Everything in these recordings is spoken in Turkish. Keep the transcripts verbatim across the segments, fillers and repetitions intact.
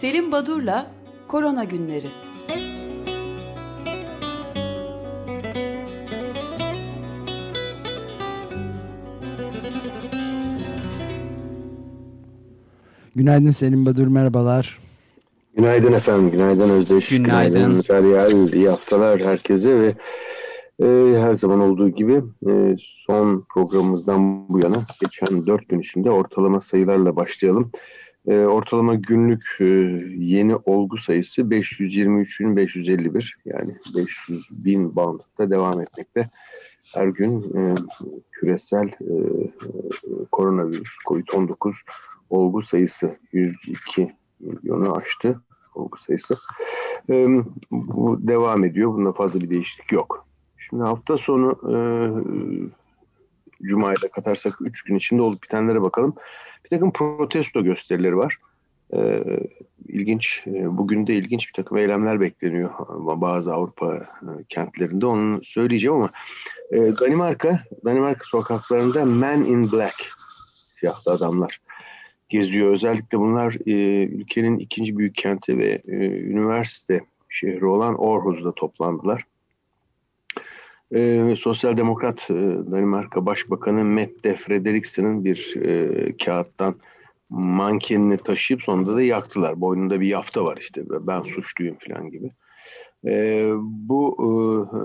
Selim Badur'la Korona Günleri. Günaydın Selim Badur, merhabalar. Günaydın efendim, günaydın Özdeş, günaydın, günaydın Feryal, iyi haftalar herkese ve e, her zaman olduğu gibi e, son programımızdan bu yana geçen dört gün içinde ortalama sayılarla başlayalım. E, ortalama günlük e, yeni olgu sayısı beş yüz yirmi üç bin beş yüz elli bir, yani beş yüz bin bandında devam etmekte. Her gün e, küresel e, koronavirüs, kovid on dokuz olgu sayısı yüz iki milyonu aştı olgu sayısı. E, bu devam ediyor. Bunda fazla bir değişiklik yok. Şimdi hafta sonu e, Cuma'ya da katarsak üç gün içinde olup bitenlere bakalım. Bir takım protesto gösterileri var. E, ilginç. E, bugün de ilginç bir takım eylemler bekleniyor bazı Avrupa e, kentlerinde. Onu söyleyeceğim ama e, Danimarka, Danimarka sokaklarında Men in Black, siyahlı adamlar geziyor. Özellikle bunlar e, ülkenin ikinci büyük kenti ve e, üniversite şehri olan Aarhus'da toplandılar. E, Sosyal Demokrat e, Danimarka Başbakanı Mette Frederiksen'in bir e, kağıttan mankenini taşıyıp sonunda da yaktılar. Boynunda bir yafta var işte, ben suçluyum falan gibi. E, bu e,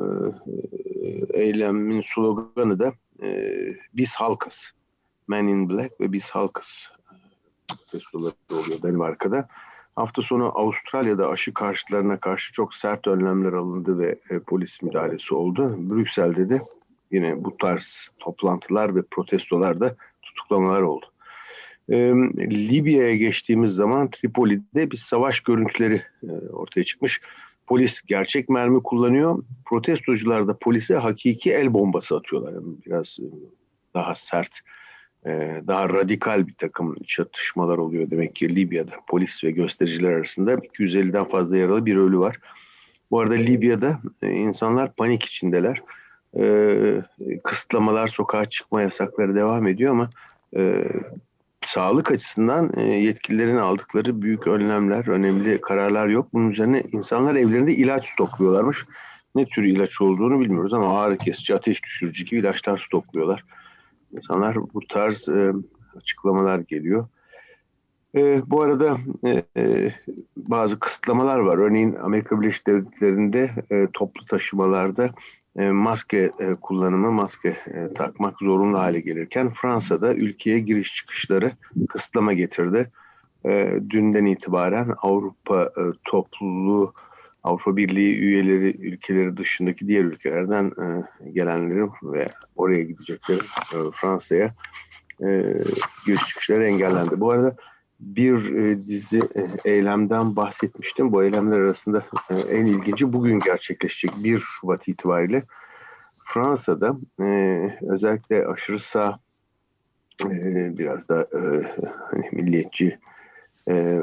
e, eylemin sloganı da e, biz halkız. Men in Black ve biz halkız protestoları oluyor Danimarka'da. Hafta sonu Avustralya'da aşı karşıtlarına karşı çok sert önlemler alındı ve e, polis müdahalesi oldu. Brüksel'de de yine bu tarz toplantılar ve protestolarda tutuklamalar oldu. E, Libya'ya geçtiğimiz zaman Tripoli'de bir savaş görüntüleri e, ortaya çıkmış. Polis gerçek mermi kullanıyor. Protestocular da polise hakiki el bombası atıyorlar. Yani biraz e, daha sert, daha radikal bir takım çatışmalar oluyor demek ki Libya'da. Polis ve göstericiler arasında iki yüz elliden fazla yaralı, bir ölü var. Bu arada Libya'da insanlar panik içindeler. Ee, kısıtlamalar, sokağa çıkma yasakları devam ediyor ama e, sağlık açısından e, yetkililerin aldıkları büyük önlemler, önemli kararlar yok. Bunun üzerine insanlar evlerinde ilaç stokluyorlarmış. Ne tür ilaç olduğunu bilmiyoruz ama ağrı kesici, ateş düşürücü gibi ilaçlar stokluyorlar. İnsanlar bu tarz e, açıklamalar geliyor. E, bu arada e, e, bazı kısıtlamalar var. Örneğin Amerika Birleşik Devletleri'nde e, toplu taşımalarda e, maske e, kullanımı, maske e, takmak zorunlu hale gelirken Fransa'da ülkeye giriş çıkışları kısıtlama getirdi. E, dünden itibaren Avrupa e, topluluğu, Avrupa Birliği üyeleri ülkeleri dışındaki diğer ülkelerden e, gelenlerin ve oraya gideceklerin e, Fransa'ya e, giriş çıkışları engellendi. Bu arada bir e, dizi e, eylemden bahsetmiştim. Bu eylemler arasında e, en ilginci bugün gerçekleşecek bir Şubat itibariyle Fransa'da e, özellikle aşırı sağ, e, biraz da e, hani milliyetçi e,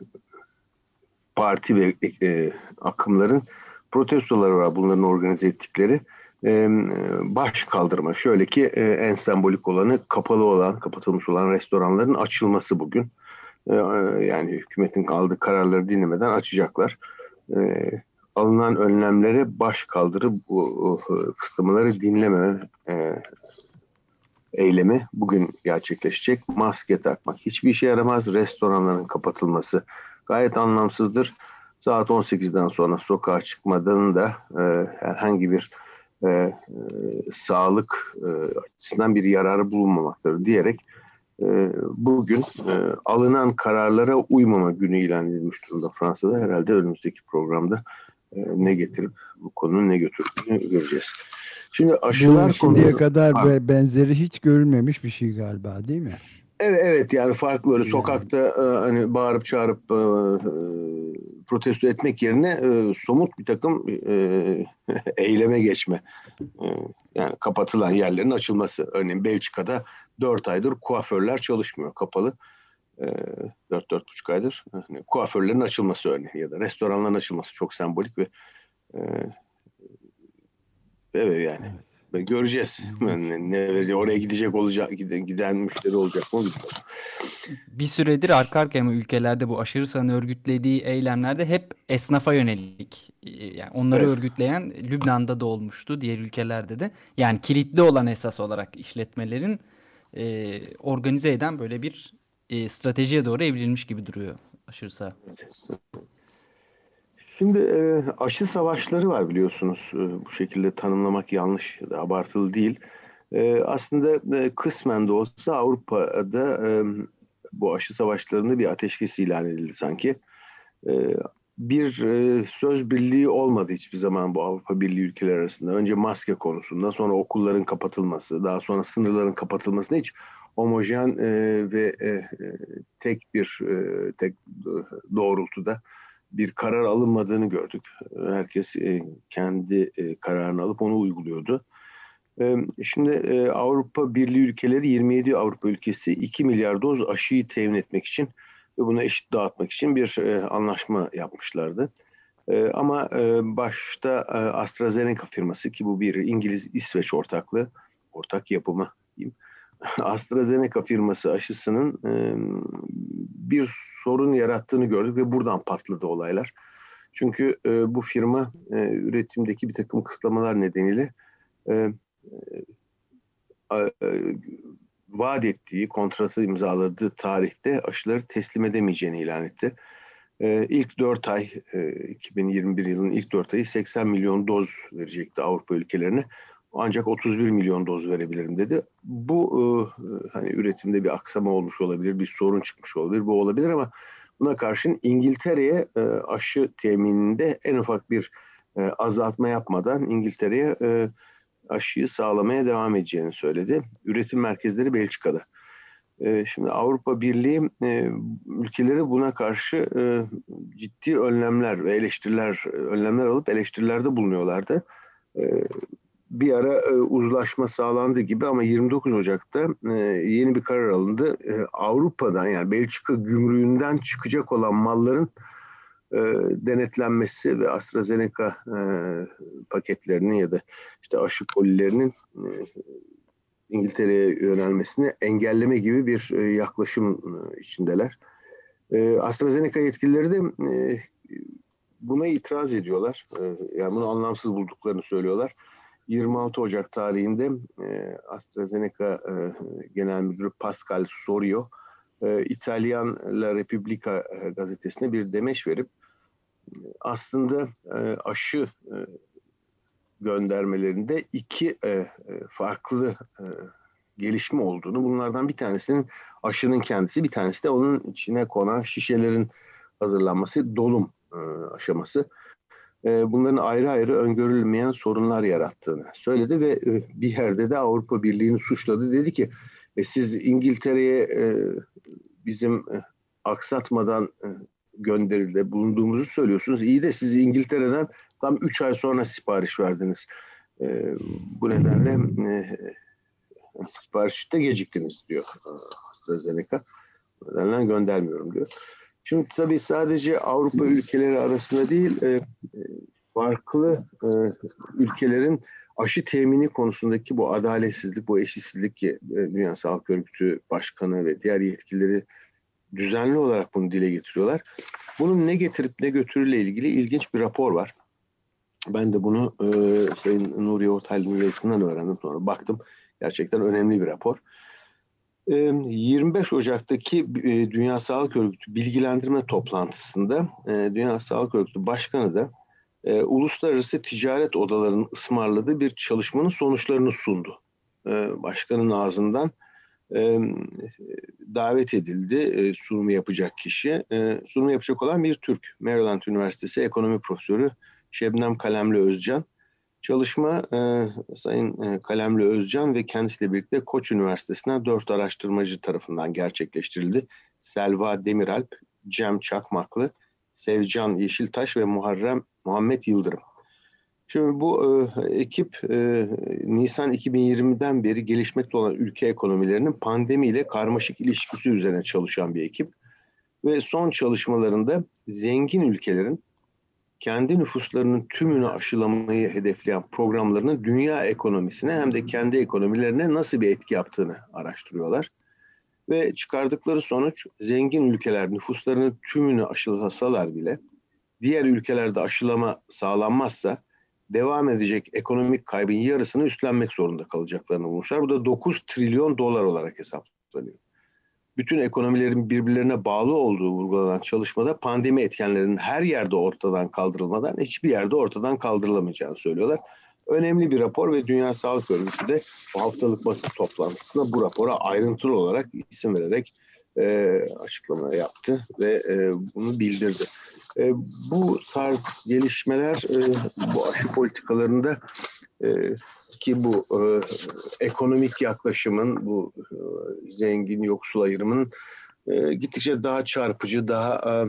parti ve e, akımların protestoları var, bunların organize ettikleri. E, baş kaldırma. Şöyle ki e, en sembolik olanı kapalı olan, kapatılmış olan restoranların açılması bugün. E, yani hükümetin aldığı kararları dinlemeden açacaklar. E, alınan önlemlere baş kaldırıp bu kısıtlamaları dinlememe e, eylemi bugün gerçekleşecek. Maske takmak hiçbir işe yaramaz. Restoranların kapatılması gayet anlamsızdır. Saat on sekizden sonra sokağa çıkmadan da e, herhangi bir e, e, sağlık e, açısından bir yararı bulunmamaktadır diyerek e, bugün e, alınan kararlara uymama günü ilan edilmiş durumda Fransa'da. Herhalde önümüzdeki programda e, ne getirip bu konunun ne götürdüğünü göreceğiz. Şimdi aşılar bu şimdiye konusu, kadar ha. benzeri hiç görülmemiş bir şey galiba, değil mi? Evet, evet, yani farklı böyle yani. sokakta e, hani bağırıp çağırıp e, e, protesto etmek yerine e, somut bir takım e, eyleme geçme. E, yani kapatılan yerlerin açılması. Örneğin Belçika'da dört aydır kuaförler çalışmıyor, kapalı. E, dört dört buçuk aydır hani kuaförlerin açılması örneğin ya da restoranların açılması çok sembolik ve e, evet yani. Evet. Ve göreceğiz. Yani ne verecek, oraya gidecek olacak, giden, giden müşteri olacak mı bilmiyorum. Bir süredir arka arkaya mı ülkelerde bu aşırı sağın örgütlediği eylemlerde hep esnafa yönelik, yani onları Evet. örgütleyen Lübnan'da da olmuştu, diğer ülkelerde de. Yani kilitli olan esas olarak işletmelerin e, organize eden böyle bir e, stratejiye doğru evrilmiş gibi duruyor aşırı sağ. Şimdi e, aşı savaşları var biliyorsunuz. E, bu şekilde tanımlamak yanlış ya da abartılı değil. E, aslında e, kısmen de olsa Avrupa'da e, bu aşı savaşlarında bir ateşkes ilan edildi sanki. E, bir e, söz birliği olmadı hiçbir zaman bu Avrupa Birliği ülkeler arasında. Önce maske konusunda, sonra okulların kapatılması, daha sonra sınırların kapatılmasında hiç homojen e, ve e, e, tek bir e, tek doğrultuda bir karar alınmadığını gördük. Herkes e, kendi e, kararını alıp onu uyguluyordu. E, şimdi e, Avrupa Birliği ülkeleri, yirmi yedi Avrupa ülkesi iki milyar doz aşıyı temin etmek için ve bunu eşit dağıtmak için bir e, anlaşma yapmışlardı. E, ama e, başta e, AstraZeneca firması, ki bu bir İngiliz-İsveç ortaklığı, ortak yapımı diyeyim. AstraZeneca firması aşısının e, bir sorun yarattığını gördük ve buradan patladı olaylar. Çünkü e, bu firma e, üretimdeki bir takım kısıtlamalar nedeniyle e, e, e, vaat ettiği, kontratı imzaladığı tarihte aşıları teslim edemeyeceğini ilan etti. E, ilk dört ay, e, iki bin yirmi bir yılının ilk dört ayı seksen milyon doz verecekti Avrupa ülkelerine. Ancak otuz bir milyon doz verebilirim dedi. Bu e, hani üretimde bir aksama olmuş olabilir, bir sorun çıkmış olabilir, bu olabilir ama buna karşın İngiltere'ye e, aşı temininde en ufak bir e, azaltma yapmadan İngiltere'ye e, aşıyı sağlamaya devam edeceğini söyledi. Üretim merkezleri Belçika'da. E, şimdi Avrupa Birliği e, ülkeleri buna karşı e, ciddi önlemler ve eleştiriler, önlemler alıp eleştirilerde bulunuyorlardı. E, bir ara e, uzlaşma sağlandı gibi ama yirmi dokuz Ocak'ta e, yeni bir karar alındı. E, Avrupa'dan, yani Belçika gümrüğünden çıkacak olan malların e, denetlenmesi ve AstraZeneca e, paketlerinin ya da işte aşı kolilerinin e, İngiltere'ye yönelmesini engelleme gibi bir e, yaklaşım e, içindeler. E, AstraZeneca yetkilileri de e, buna itiraz ediyorlar. E, yani bunu anlamsız bulduklarını söylüyorlar. yirmi altı Ocak tarihinde e, AstraZeneca e, Genel Müdürü Pascal Sorio, e, İtalyan La Repubblica e, gazetesine bir demeç verip e, aslında e, aşı e, göndermelerinde iki e, e, farklı e, gelişme olduğunu, bunlardan bir tanesinin aşının kendisi, bir tanesi de onun içine konan şişelerin hazırlanması, dolum e, aşaması. Bunların ayrı ayrı öngörülmeyen sorunlar yarattığını söyledi ve bir yerde de Avrupa Birliği'ni suçladı. Dedi ki e, siz İngiltere'ye e, bizim e, aksatmadan e, gönderilde bulunduğumuzu söylüyorsunuz. İyi de siz İngiltere'den tam üç ay sonra sipariş verdiniz. E, bu nedenle e, siparişte geciktiniz diyor AstraZeneca. Bu nedenle göndermiyorum diyor. Şimdi tabii sadece Avrupa ülkeleri arasında değil, e, farklı e, ülkelerin aşı temini konusundaki bu adaletsizlik, bu eşitsizlik ki e, Dünya Sağlık Örgütü Başkanı ve diğer yetkilileri düzenli olarak bunu dile getiriyorlar. Bunun ne getirip ne götürüyle ilgili ilginç bir rapor var. Ben de bunu e, Sayın Nuriye Ortaylı'nın yazısından öğrendim, sonra baktım. Gerçekten önemli bir rapor. yirmi beş Ocak'taki Dünya Sağlık Örgütü bilgilendirme toplantısında Dünya Sağlık Örgütü Başkanı da uluslararası ticaret odalarının ısmarladığı bir çalışmanın sonuçlarını sundu. Başkanın ağzından davet edildi sunumu yapacak kişi. Sunumu yapacak olan bir Türk, Maryland Üniversitesi Ekonomi Profesörü Şebnem Kalemli Özcan. Çalışma e, Sayın e, Kalemli Özcan ve kendisiyle birlikte Koç Üniversitesi'nden dört araştırmacı tarafından gerçekleştirildi. Selva Demiralp, Cem Çakmaklı, Sevcan Yeşiltaş ve Muharrem Muhammed Yıldırım. Şimdi bu e, ekip e, Nisan iki bin yirmiden beri gelişmekte olan ülke ekonomilerinin pandemiyle karmaşık ilişkisi üzerine çalışan bir ekip. Ve son çalışmalarında zengin ülkelerin kendi nüfuslarının tümünü aşılamayı hedefleyen programlarının dünya ekonomisine hem de kendi ekonomilerine nasıl bir etki yaptığını araştırıyorlar. Ve çıkardıkları sonuç, zengin ülkeler nüfuslarının tümünü aşılasalar bile diğer ülkelerde aşılama sağlanmazsa devam edecek ekonomik kaybın yarısını üstlenmek zorunda kalacaklarını bulmuşlar. Bu da dokuz trilyon dolar olarak hesaplanıyor. Bütün ekonomilerin birbirlerine bağlı olduğu vurgulanan çalışmada pandemi etkenlerinin her yerde ortadan kaldırılmadan hiçbir yerde ortadan kaldırılamayacağını söylüyorlar. Önemli bir rapor ve Dünya Sağlık Örgütü de bu haftalık basın toplantısında bu rapora ayrıntılı olarak isim vererek e, açıklama yaptı ve e, bunu bildirdi. E, bu tarz gelişmeler e, bu aşı politikalarında e, ki bu e, ekonomik yaklaşımın, bu e, zengin yoksul ayrımının e, gittikçe daha çarpıcı, daha e,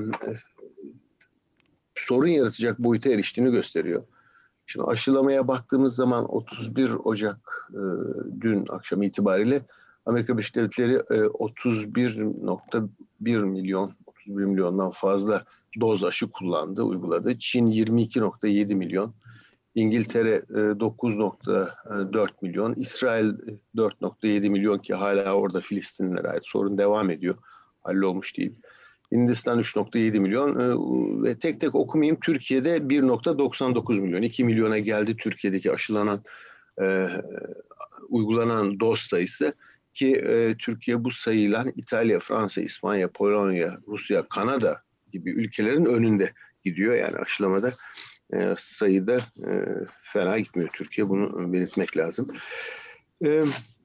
sorun yaratacak boyuta eriştiğini gösteriyor. Şimdi aşılamaya baktığımız zaman otuz bir Ocak e, dün akşam itibariyle Amerika Birleşik Devletleri e, otuz bir nokta bir milyon, otuz bir milyondan fazla doz aşı kullandı, uyguladı. Çin yirmi iki nokta yedi milyon, İngiltere dokuz nokta dört milyon, İsrail dört nokta yedi milyon ki hala orada Filistinlilere ait sorun devam ediyor. Hallolmuş değil. Hindistan üç nokta yedi milyon ve tek tek okumayayım, Türkiye'de bir nokta doksan dokuz milyon, iki milyona geldi Türkiye'deki aşılanan, e, uygulanan doz sayısı ki e, Türkiye bu sayıyla İtalya, Fransa, İspanya, Polonya, Rusya, Kanada gibi ülkelerin önünde gidiyor. Yani aşılamada e, sayıda e, fena gitmiyor Türkiye, bunu belirtmek lazım. E,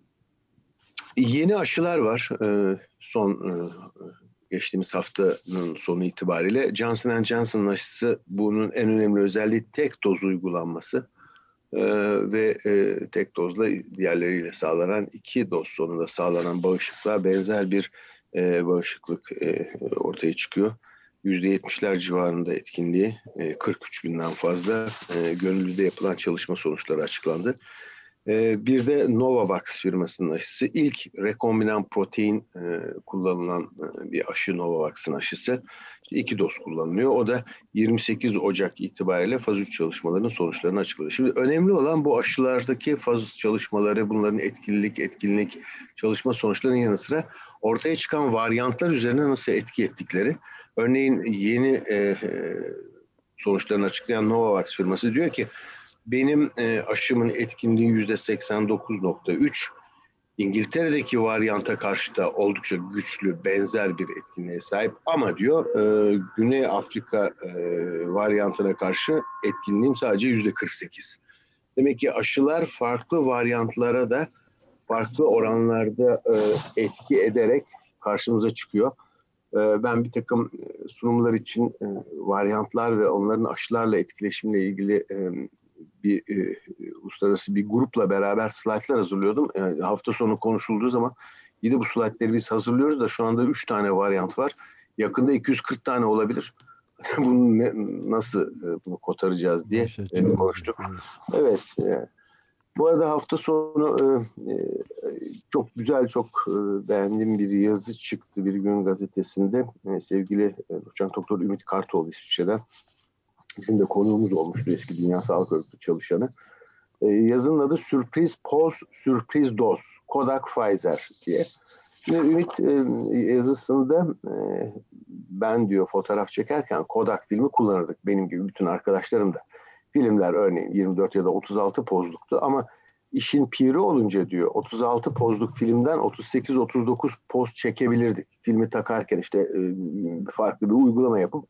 yeni aşılar var e, son e, geçtiğimiz haftanın sonu itibariyle. Johnson and Johnson aşısı, bunun en önemli özelliği tek doz uygulanması ee, ve e, tek dozla diğerleriyle sağlanan, iki doz sonunda sağlanan bağışıklığa benzer bir e, bağışıklık e, ortaya çıkıyor. yüzde yetmişler civarında etkinliği, e, kırk üç günden fazla e, gönüllüde yapılan çalışma sonuçları açıklandı. Bir de Novavax firmasının aşısı, ilk rekombinant protein e, kullanılan e, bir aşı, Novavax'ın aşısı. İşte iki doz kullanılıyor. O da yirmi sekiz Ocak itibariyle faz üç çalışmalarının sonuçlarını açıkladı. Şimdi önemli olan bu aşılardaki faz üç çalışmaları, bunların etkililik, etkinlik, çalışma sonuçlarının yanı sıra ortaya çıkan varyantlar üzerine nasıl etki ettikleri. Örneğin yeni e, e, sonuçlarını açıklayan Novavax firması diyor ki, benim e, aşımın etkinliği yüzde seksen dokuz nokta üç, İngiltere'deki varyanta karşı da oldukça güçlü, benzer bir etkinliğe sahip. Ama diyor, e, Güney Afrika e, varyantına karşı etkinliğim sadece yüzde kırk sekiz. Demek ki aşılar farklı varyantlara da farklı oranlarda e, etki ederek karşımıza çıkıyor. E, ben bir takım sunumlar için e, varyantlar ve onların aşılarla etkileşimle ilgili e, bir e, uluslararası bir grupla beraber slaytlar hazırlıyordum. Yani hafta sonu konuşulduğu zaman bir de bu slaytları biz hazırlıyoruz da şu anda üç tane varyant var. Yakında iki yüz kırk tane olabilir. Bunu ne, nasıl e, bunu kotaracağız diye e, konuştuk. Evet. E, bu arada hafta sonu e, e, çok güzel, çok e, beğendiğim bir yazı çıktı Bir Gün gazetesinde. E, sevgili e, doçent doktor Ümit Kartoğlu, İsviçre'den. Bizim de konuğumuz olmuştu, eski Dünya Sağlık Örgütü çalışanı. Ee, yazının adı Sürpriz Poz, Sürpriz Doz, Kodak Pfizer diye. Şimdi Ümit e, yazısında e, ben diyor fotoğraf çekerken Kodak filmi kullanırdık. Benim gibi bütün arkadaşlarım da. Filmler örneğin yirmi dört ya da otuz altı pozluktu ama işin piri olunca diyor otuz altı pozluk filmden otuz sekiz otuz dokuz poz çekebilirdik. Filmi takarken işte e, farklı bir uygulama yapıp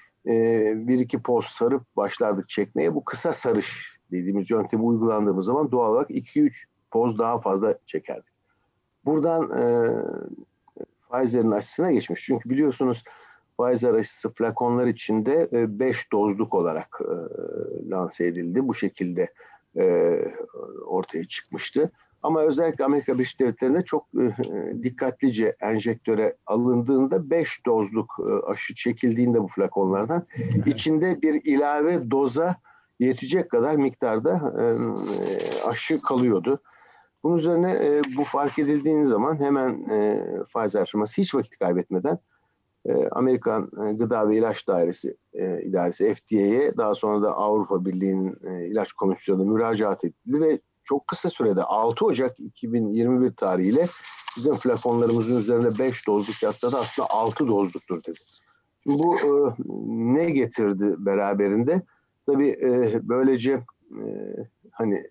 bir iki poz sarıp başlardık çekmeye. Bu kısa sarış dediğimiz yöntemi uygulandığımız zaman doğal olarak iki üç poz daha fazla çekerdik. Buradan e, Pfizer'in aşısına geçmiş. Çünkü biliyorsunuz Pfizer aşısı flakonlar içinde beş dozluk olarak e, lanse edildi. Bu şekilde e, ortaya çıkmıştı. Ama özellikle Amerika Birleşik Devletleri'nde çok e, dikkatlice enjektöre alındığında beş dozluk e, aşı çekildiğinde bu flakonlardan içinde bir ilave doza yetecek kadar miktarda e, aşı kalıyordu. Bunun üzerine e, bu fark edildiğiniz zaman hemen e, Pfizer firması hiç vakit kaybetmeden e, Amerikan e, Gıda ve İlaç Dairesi e, İdaresi F D A'ye, daha sonra da Avrupa Birliği'nin e, İlaç Komisyonu'na müracaat edildi ve çok kısa sürede altı Ocak iki bin yirmi bir tarihiyle bizim flakonlarımızın üzerinde beş dozluk yazsa da aslında altı dozluktur dedi. Şimdi bu e, ne getirdi beraberinde? Tabii e, böylece e, hani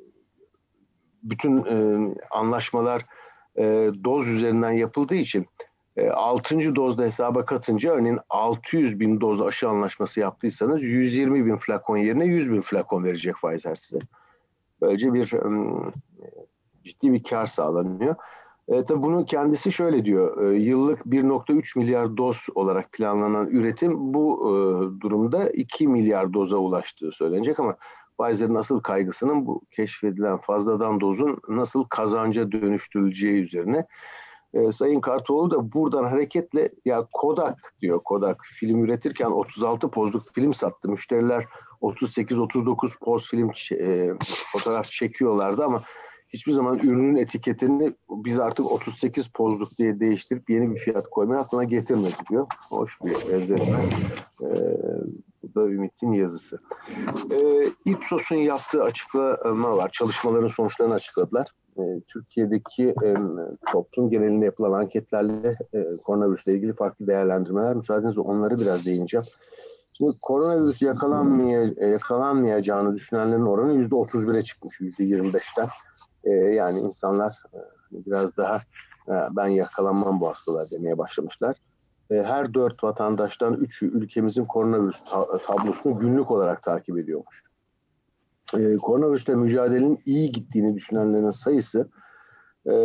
bütün e, anlaşmalar e, doz üzerinden yapıldığı için e, altıncı dozda hesaba katınca örneğin altı yüz bin doz aşı anlaşması yaptıysanız yüz yirmi bin flakon yerine yüz bin flakon verecek Pfizer size. Böylece bir e, ciddi bir kar sağlanıyor. E, tabii bunu kendisi şöyle diyor, e, yıllık bir nokta üç milyar doz olarak planlanan üretim bu e, durumda iki milyar doza ulaştığı söylenecek ama Pfizer'ın asıl kaygısının bu keşfedilen fazladan dozun nasıl kazanca dönüştürüleceği üzerine. E, Sayın Kartoğlu da buradan hareketle ya Kodak diyor, Kodak film üretirken otuz altı pozluk film sattı. Müşteriler otuz sekiz otuz dokuz poz film e, fotoğraf çekiyorlardı ama hiçbir zaman ürünün etiketini biz artık otuz sekiz pozluk diye değiştirip yeni bir fiyat koymayı aklına getirmedi diyor. Hoş bir benzetme. Ee, bu da Ümit'in yazısı. Ee, Ipsos'un yaptığı açıklama var. Çalışmaların sonuçlarını açıkladılar. Ee, Türkiye'deki e, toplum genelinde yapılan anketlerle e, koronavirüsle ilgili farklı değerlendirmeler. Müsaadenizle onları biraz değineceğim. Şimdi koronavirüs yakalanmaya, yakalanmayacağını düşünenlerin oranı yüzde otuz bire çıkmış, yüzde yirmi beşten. Ee, yani insanlar e, biraz daha e, ben yakalanmam bu hastalığa demeye başlamışlar. E, her dört vatandaştan üçü ülkemizin koronavirüs ta- tablosunu günlük olarak takip ediyormuş. E, koronavirüsle mücadelenin iyi gittiğini düşünenlerin sayısı e,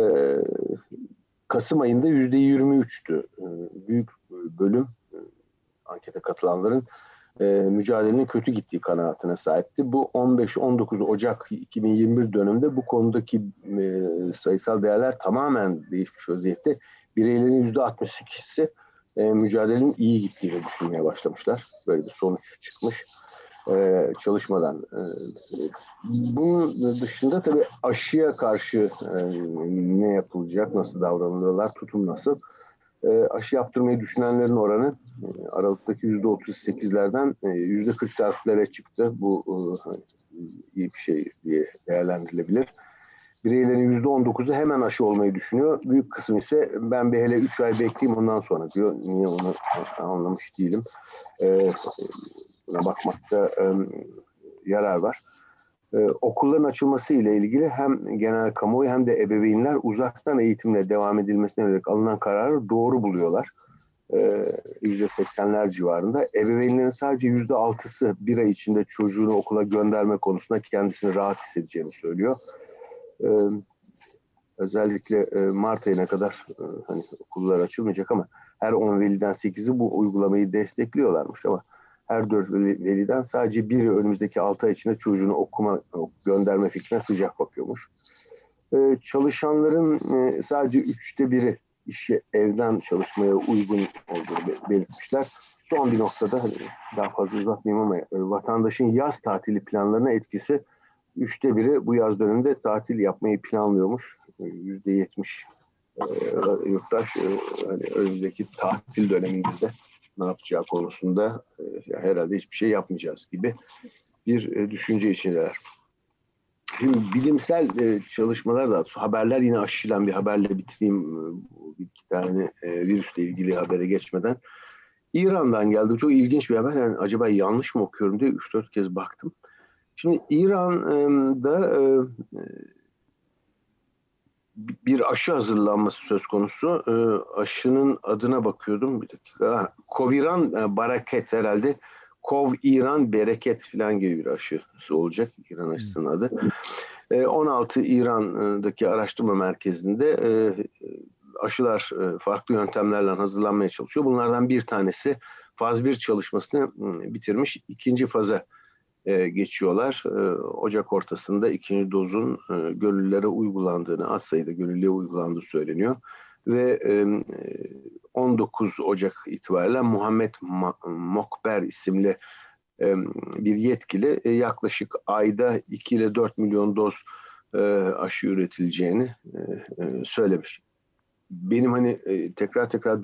Kasım ayında yüzde yirmi üçtü. E, büyük bölüm e, ankete katılanların e, mücadelenin kötü gittiği kanaatine sahipti. Bu on beş on dokuz Ocak iki bin yirmi bir döneminde bu konudaki e, sayısal değerler tamamen değişmiş vaziyette. Bireylerin yüzde altmış sekizisi e, mücadelenin iyi gittiğini düşünmeye başlamışlar. Böyle bir sonuç çıkmış e, çalışmadan. E, bunun dışında tabii aşıya karşı e, ne yapılacak, nasıl davranılıyorlar, tutum nasıl? E, aşı yaptırmayı düşünenlerin oranı e, Aralık'taki yüzde otuz sekizlerden e, yüzde kırk dörtlere çıktı. Bu e, iyi bir şey diye değerlendirilebilir. Bireylerin yüzde on dokuzu hemen aşı olmayı düşünüyor. Büyük kısım ise ben bir hele üç ay bekleyeyim ondan sonra diyor. Niye onu anlamış değilim. E, buna bakmakta e, yarar var. Ee, okulların açılması ile ilgili hem genel kamuoyu hem de ebeveynler uzaktan eğitimle devam edilmesine yönelik alınan kararı doğru buluyorlar. Ee, yüzde seksenler civarında. Ebeveynlerin sadece yüzde altısı bir ay içinde çocuğunu okula gönderme konusunda kendisini rahat hissedeceğini söylüyor. Ee, özellikle e, Mart ayına kadar e, hani okullar açılmayacak ama her on veliden sekizi bu uygulamayı destekliyorlarmış ama her dört veliden sadece biri önümüzdeki altı ay içinde çocuğunu okuma gönderme fikrine sıcak bakıyormuş. Ee, çalışanların e, sadece üçte biri işi evden çalışmaya uygun olduğunu belirtmişler. Son bir noktada hani daha fazla uzatmayayım ama e, vatandaşın yaz tatili planlarına etkisi üçte biri bu yaz döneminde tatil yapmayı planlıyormuş. Yüzde yetmiş e, yurttaş e, hani önümüzdeki tatil döneminde de ne yapacağı konusunda e, herhalde hiçbir şey yapmayacağız gibi bir e, düşünce içindeler. Şimdi bilimsel e, çalışmalar da haberler yine aşılan bir haberle bitireyim. E, iki tane e, virüsle ilgili habere geçmeden. İran'dan geldi. Çok ilginç bir haber. Yani acaba yanlış mı okuyorum diye üç dört kez baktım. Şimdi İran'da e, bir aşı hazırlanması söz konusu. E, aşının adına bakıyordum. Bir dakika. Coviran e, Baraket herhalde. Kov İran Bereket falan gibi bir aşısı olacak. İran aşısının adı. E, on altı İran'daki araştırma merkezinde e, aşılar e, farklı yöntemlerle hazırlanmaya çalışıyor. Bunlardan bir tanesi faz bir çalışmasını e, bitirmiş. İkinci faza e, geçiyorlar. E, Ocak ortasında ikinci dozun e, gönüllülere uygulandığını, az sayıda gönüllüye uygulandığı söyleniyor. Ve e, on dokuz Ocak itibariyle Muhammed Mokber isimli e, bir yetkili e, yaklaşık ayda iki ile dört milyon doz e, aşı üretileceğini e, e, söylemiş. Benim hani e, tekrar tekrar dönüp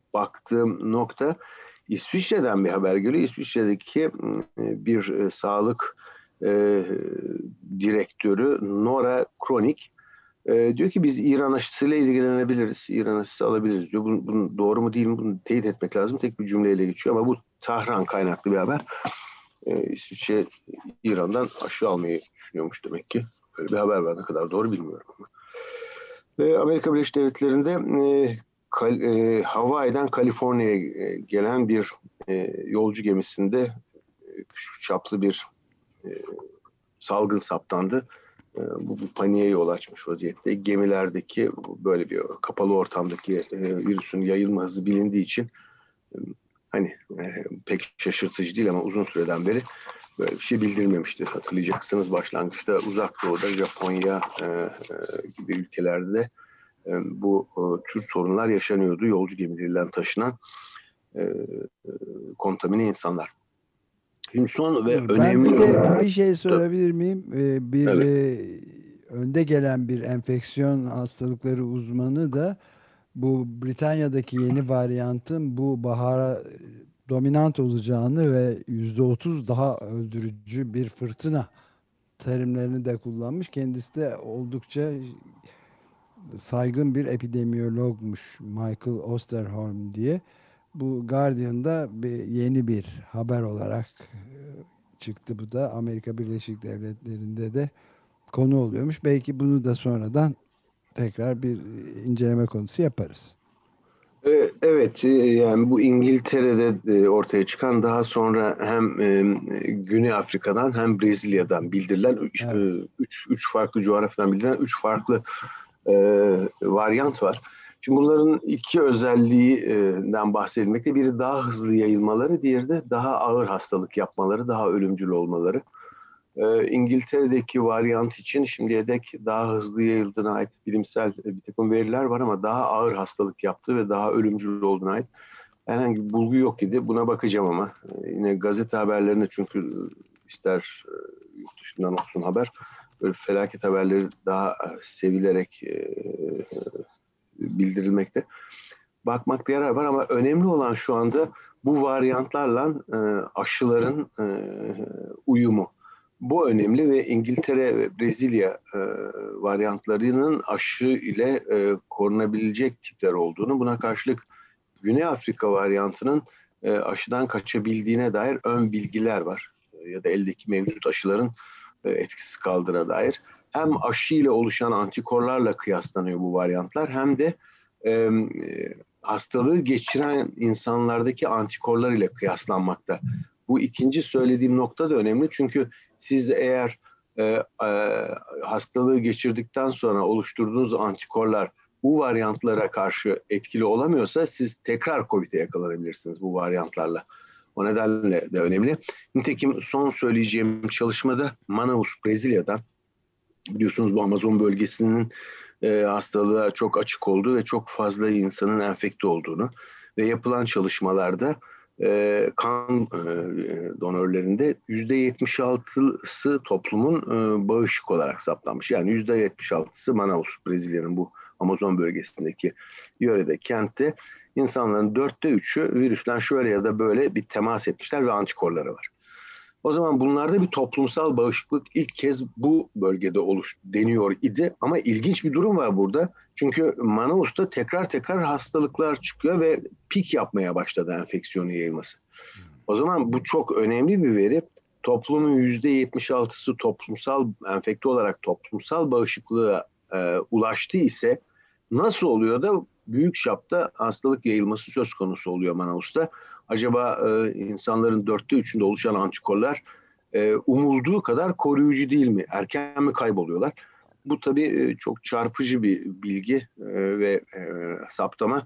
baktığım nokta İsviçre'den bir haber geliyor. İsviçre'deki e, bir e, sağlık e, direktörü Nora Kronik e, diyor ki biz İran aşısıyla ilgilenebiliriz. İran aşısı alabiliriz diyor. Bunun, bunun doğru mu değil mi bunu teyit etmek lazım. Tek bir cümleyle geçiyor ama bu Tahran kaynaklı bir haber. E, İsviçre İran'dan aşı almayı düşünüyormuş demek ki. Böyle bir haber var. Ne kadar doğru bilmiyorum ama. Ve Amerika Birleşik Devletleri'nde e, Kal, e, Hawaii'den Kaliforniya'ya e, gelen bir e, yolcu gemisinde e, küçük çaplı bir e, salgın saptandı. E, bu, bu paniğe yol açmış vaziyette. Gemilerdeki böyle bir kapalı ortamdaki e, virüsün yayılma hızı bilindiği için e, hani e, pek şaşırtıcı değil ama uzun süreden beri böyle bir şey bildirilmemişti. Hatırlayacaksınız başlangıçta Uzak Doğu'da Japonya e, e, gibi ülkelerde e, bu e, tür sorunlar yaşanıyordu. Yolcu gemileriyle taşınan e, e, kontamine insanlar. Şimdi son ve Ben önemli... bir de bir şey sorabilir miyim? Ee, bir Evet. e, önde gelen bir enfeksiyon hastalıkları uzmanı da bu Britanya'daki yeni varyantın bu bahara dominant olacağını ve yüzde otuz daha öldürücü bir fırtına terimlerini de kullanmış. Kendisi de oldukça saygın bir epidemiyologmuş, Michael Osterholm diye. Bu Guardian'da bir, yeni bir haber olarak e, çıktı bu da. Amerika Birleşik Devletleri'nde de konu oluyormuş. Belki bunu da sonradan tekrar bir inceleme konusu yaparız. E, Evet, e, yani bu İngiltere'de e, ortaya çıkan daha sonra hem e, Güney Afrika'dan hem Brezilya'dan bildirilen üç, Evet. e, üç, üç farklı coğrafyadan bildirilen üç farklı e, varyant var. Şimdi bunların iki özelliğinden bahsedilmekte. Biri daha hızlı yayılmaları, diğeri de daha ağır hastalık yapmaları, daha ölümcül olmaları. Ee, İngiltere'deki varyant için şimdiye dek daha hızlı yayıldığına ait bilimsel bir takım veriler var ama daha ağır hastalık yaptığı ve daha ölümcül olduğuna ait herhangi bir bulgu yok idi. Buna bakacağım ama ee, yine gazete haberlerinde çünkü ister e, yurt dışından olsun haber böyle felaket haberleri daha e, sevilerek e, bildirilmekte. Bakmakta yarar var ama önemli olan şu anda bu varyantlarla e, aşıların e, uyumu. Bu önemli ve İngiltere ve Brezilya e, varyantlarının aşı ile e, korunabilecek tipler olduğunu, buna karşılık Güney Afrika varyantının e, aşıdan kaçabildiğine dair ön bilgiler var. E, ya da eldeki mevcut aşıların e, etkisiz kaldığına dair. Hem aşı ile oluşan antikorlarla kıyaslanıyor bu varyantlar hem de e, hastalığı geçiren insanlardaki antikorlar ile kıyaslanmakta. Bu ikinci söylediğim nokta da önemli çünkü siz eğer e, e, hastalığı geçirdikten sonra oluşturduğunuz antikorlar bu varyantlara karşı etkili olamıyorsa siz tekrar Covid'e yakalanabilirsiniz bu varyantlarla. O nedenle de önemli. Nitekim son söyleyeceğim çalışmada Manaus, Brezilya'dan, biliyorsunuz bu Amazon bölgesinin e, hastalığa çok açık olduğu ve çok fazla insanın enfekte olduğunu ve yapılan çalışmalarda e, kan e, donörlerinde yüzde yetmiş altısı toplumun e, bağışık olarak saptanmış. Yani yüzde yetmiş altısı Manaus, Brezilya'nın bu Amazon bölgesindeki yörede, kentte insanların dörtte üçü virüsten şöyle ya da böyle bir temas etmişler ve antikorları var. O zaman bunlarda bir toplumsal bağışıklık ilk kez bu bölgede oluş deniyor idi. Ama ilginç bir durum var burada. Çünkü Manaus'ta tekrar tekrar hastalıklar çıkıyor ve pik yapmaya başladı enfeksiyonun yayılması. O zaman bu çok önemli bir veri. Toplumun yüzde yetmiş altısı toplumsal enfekte olarak toplumsal bağışıklığa e, ulaştı ise nasıl oluyor da büyük çapta hastalık yayılması söz konusu oluyor Manaus'ta? Acaba e, insanların dörtte üçünde oluşan antikorlar e, umulduğu kadar koruyucu değil mi? Erken mi kayboluyorlar? Bu tabii e, çok çarpıcı bir bilgi e, ve e, saptama.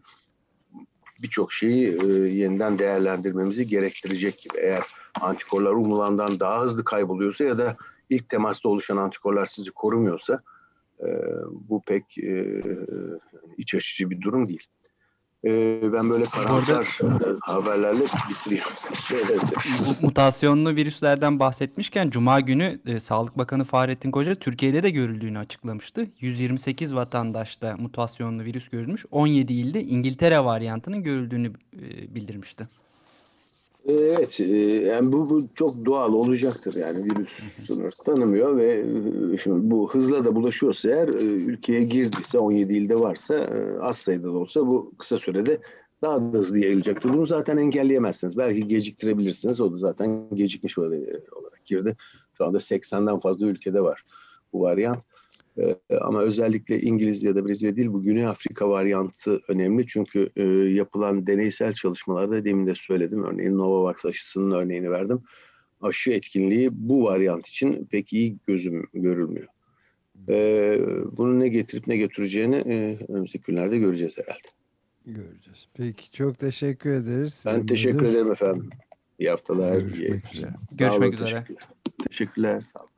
Birçok şeyi e, yeniden değerlendirmemizi gerektirecek gibi. Eğer antikorlar umulandan daha hızlı kayboluyorsa ya da ilk temasta oluşan antikorlar sizi korumuyorsa e, bu pek e, iç açıcı bir durum değil. E, ben böyle karamsar arada... haberlerle bitiriyorum. Mutasyonlu virüslerden bahsetmişken Cuma günü e, Sağlık Bakanı Fahrettin Koca Türkiye'de de görüldüğünü açıklamıştı. yüz yirmi sekiz vatandaşta mutasyonlu virüs görülmüş. on yedi ilde İngiltere varyantının görüldüğünü e, bildirmişti. Evet, yani bu, bu çok doğal olacaktır, yani virüs sınır tanımıyor ve şimdi bu hızla da bulaşıyorsa eğer, ülkeye girdiyse, on yedi ilde varsa, az sayıda da olsa bu kısa sürede daha da hızlı yayılacaktır. Bunu zaten engelleyemezsiniz. Belki geciktirebilirsiniz. O da zaten gecikmiş olarak girdi. Şu anda seksenden fazla ülkede var bu varyant. Ee, ama özellikle İngiliz ya da Brezilya değil, bu Güney Afrika varyantı önemli. Çünkü e, yapılan deneysel çalışmalarda, demin de söyledim, örneğin Novavax aşısının örneğini verdim. Aşı etkinliği bu varyant için pek iyi gözüm görülmüyor. Ee, bunun ne getirip ne götüreceğini e, önümüzdeki günlerde göreceğiz herhalde. Göreceğiz. Peki, çok teşekkür ederiz. Ben Müdür. teşekkür ederim efendim. İyi haftalar. Görüşmek iyi. üzere. Sağ Görüşmek olun, üzere. Teşekkürler. Teşekkürler. Sağ olun.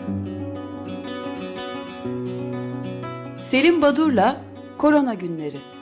Selim Badur'la Korona Günleri.